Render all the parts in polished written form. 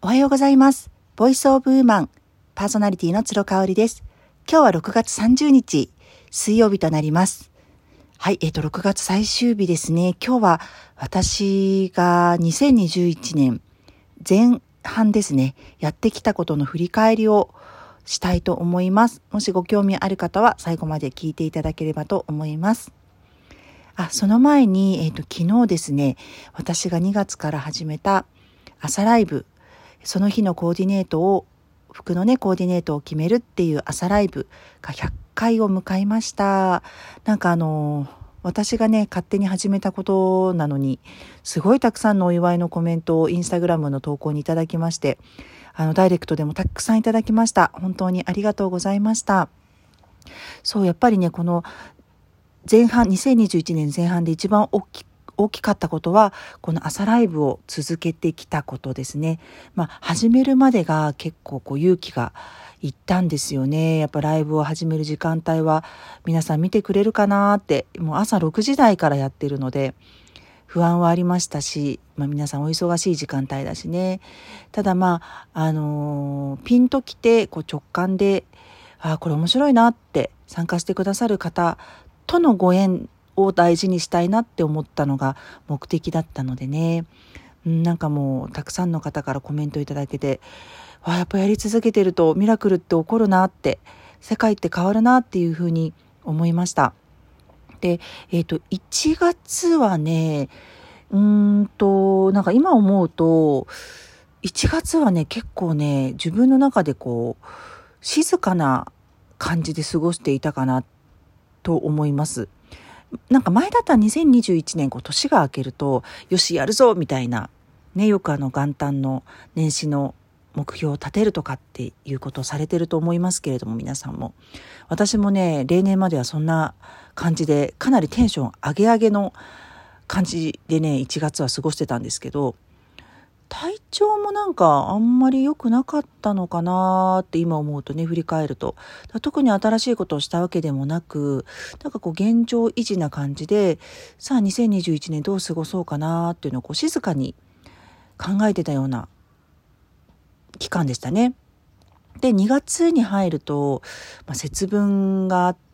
おはようございます。ボイスオブウーマンパーソナリティの鶴香織です。今日は6月30日水曜日となります。はい、6月最終日ですね。今日は私が2021年前半ですね、やってきたことの振り返りをしたいと思います。もしご興味ある方は最後まで聞いていただければと思います。その前に、昨日ですね、私が2月から始めた朝ライブ、その日のコーディネートを、服のね、コーディネートを決めるっていう朝ライブが100回を迎えました。私がね、勝手に始めたことなのに、すごいたくさんのお祝いのコメントをインスタグラムの投稿にいただきまして、ダイレクトでもたくさんいただきました。本当にありがとうございました。そう、やっぱりね、この前半、2021年前半で一番大きかったことは、この朝ライブを続けてきたことですね。始めるまでが結構勇気がいったんですよね。やっぱライブを始める時間帯は皆さん見てくれるかなって、もう朝6時台からやってるので不安はありましたし、皆さんお忙しい時間帯だしね。ただピンときて直感で、これ面白いなって参加してくださる方とのご縁を大事にしたいなって思ったのが目的だったのでね、もうたくさんの方からコメントいただけて、やっぱやり続けてるとミラクルって起こるなって、世界って変わるなっていうふうに思いました。で、1月はね、今思うと1月はね、結構ね、自分の中で静かな感じで過ごしていたかなと思います。前だったら2021年年が明けるとよしやるぞみたいなね、よく元旦の年始の目標を立てるとかっていうことをされてると思いますけれども、皆さんも、私もね、例年まではそんな感じでかなりテンション上げ上げの感じでね、1月は過ごしてたんですけど、体調もあんまり良くなかったのかなって今思うとね、振り返ると。特に新しいことをしたわけでもなく、現状維持な感じで、さあ2021年どう過ごそうかなっていうのを静かに考えてたような期間でしたね。で、2月に入ると、節分があって、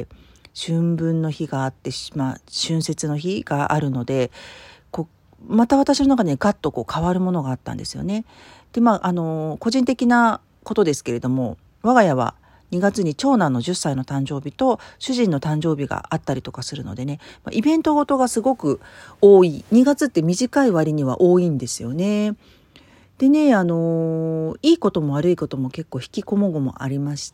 春分の日があって、春節の日があるので、また私の中でガッと変わるものがあったんですよね。で、個人的なことですけれども、我が家は2月に長男の10歳の誕生日と主人の誕生日があったりとかするのでね、イベントごとがすごく多い。2月って短い割には多いんですよね。でね、いいことも悪いことも結構引きこもごもありまして、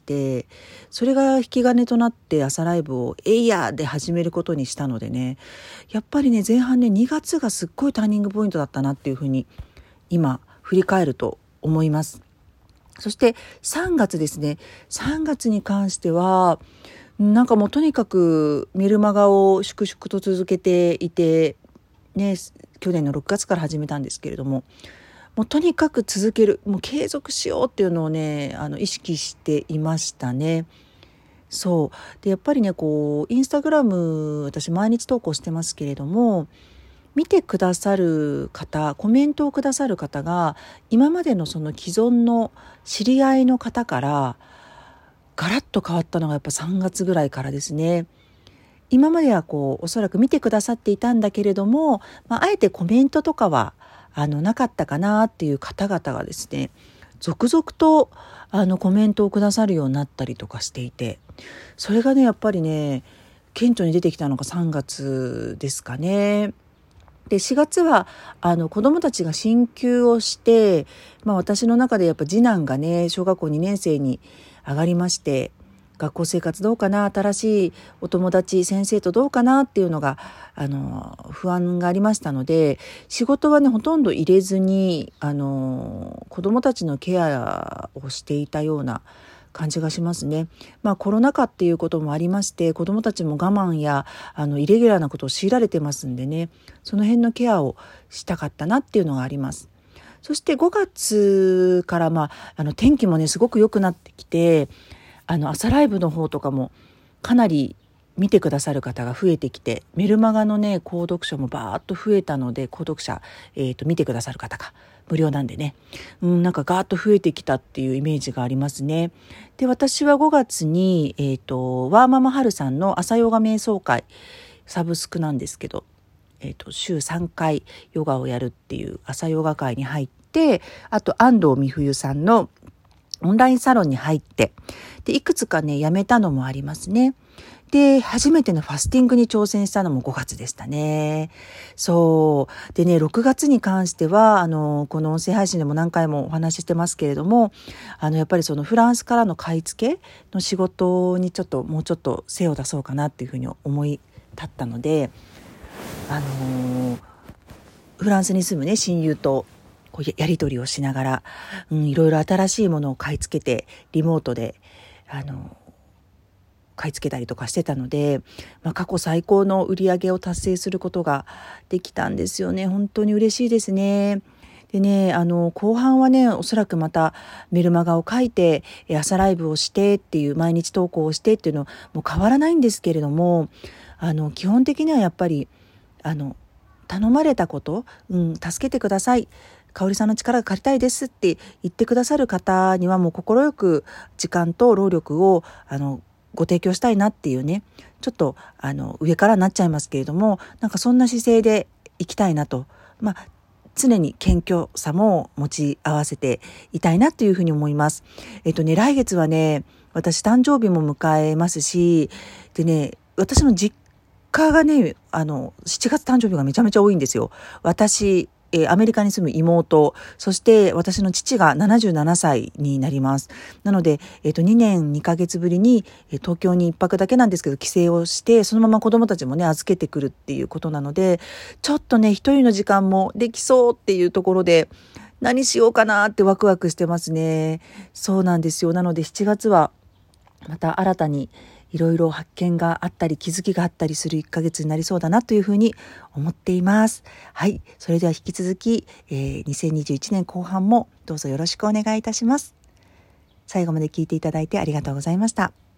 それが引き金となって朝ライブをエイヤーで始めることにしたのでね、やっぱりね、前半ね、2月がすっごいターニングポイントだったなっていうふうに今振り返ると思います。そして3月ですね。3月に関してはもうとにかくメルマガを粛々と続けていてね、去年の6月から始めたんですけれども、もうとにかく続ける、もう継続しようっていうのをね、意識していましたね。そうで、やっぱりね、インスタグラム私毎日投稿してますけれども、見てくださる方、コメントをくださる方が今までのその既存の知り合いの方からガラッと変わったのがやっぱ3月ぐらいからですね。今まではおそらく見てくださっていたんだけれども、あえてコメントとかはなかったかなっていう方々がですね、続々とコメントをくださるようになったりとかしていて、それがね、やっぱりね、顕著に出てきたのが3月ですかね。で、4月は子どもたちが進級をして、私の中でやっぱ次男がね、小学校2年生に上がりまして、学校生活どうかな、新しいお友達先生とどうかなっていうのが不安がありましたので、仕事はねほとんど入れずに子どもたちのケアをしていたような感じがしますね。コロナ禍っていうこともありまして、子どもたちも我慢やイレギュラーなことを強いられてますんでね、その辺のケアをしたかったなっていうのがあります。そして5月から天気もねすごく良くなってきて、朝ライブの方とかもかなり見てくださる方が増えてきて、メルマガのね購読者もバーッと増えたので、購読者、見てくださる方が無料なんでね、なんかガーッと増えてきたっていうイメージがありますね。で、私は5月に、ワーママハルさんの朝ヨガ瞑想会、サブスクなんですけど、週3回ヨガをやるっていう朝ヨガ会に入って、あと安藤美冬さんのオンラインサロンに入って、でいくつかねやめたのもありますね。で、初めてのファスティングに挑戦したのも5月でしたね。そう。でね、6月に関しては、この音声配信でも何回もお話ししてますけれども、やっぱりそのフランスからの買い付けの仕事にもうちょっと精を出そうかなっていうふうに思い立ったので、フランスに住むね、親友とこうやり取りをしながら、いろいろ新しいものを買い付けて、リモートで、買い付けたりとかしてたので、過去最高の売り上げを達成することができたんですよね。本当に嬉しいですね。でね、後半はね、おそらくまたメルマガを書いて、朝ライブをしてっていう、毎日投稿をしてっていうのもう変わらないんですけれども、基本的にはやっぱり、頼まれたこと、助けてください。香織さんの力が借りたいですって言ってくださる方にはもう心よく時間と労力をご提供したいなっていうね、ちょっと上からなっちゃいますけれども、なんかそんな姿勢でいきたいなと、常に謙虚さも持ち合わせていたいなというふうに思います。来月はね、私誕生日も迎えますし、でね、私の実家がね、7月誕生日がめちゃめちゃ多いんですよ。私、アメリカに住む妹、そして私の父が77歳になります。なので、2年2ヶ月ぶりに東京に1泊だけなんですけど帰省をして、そのまま子供たちもね預けてくるっていうことなので、ちょっとね一人の時間もできそうっていうところで、何しようかなってワクワクしてますね。そうなんですよ。なので7月はまた新たにいろいろ発見があったり気づきがあったりする1ヶ月になりそうだなというふうに思っています。はい。それでは引き続き、2021年後半もどうぞよろしくお願いいたします。最後まで聞いていただいてありがとうございました。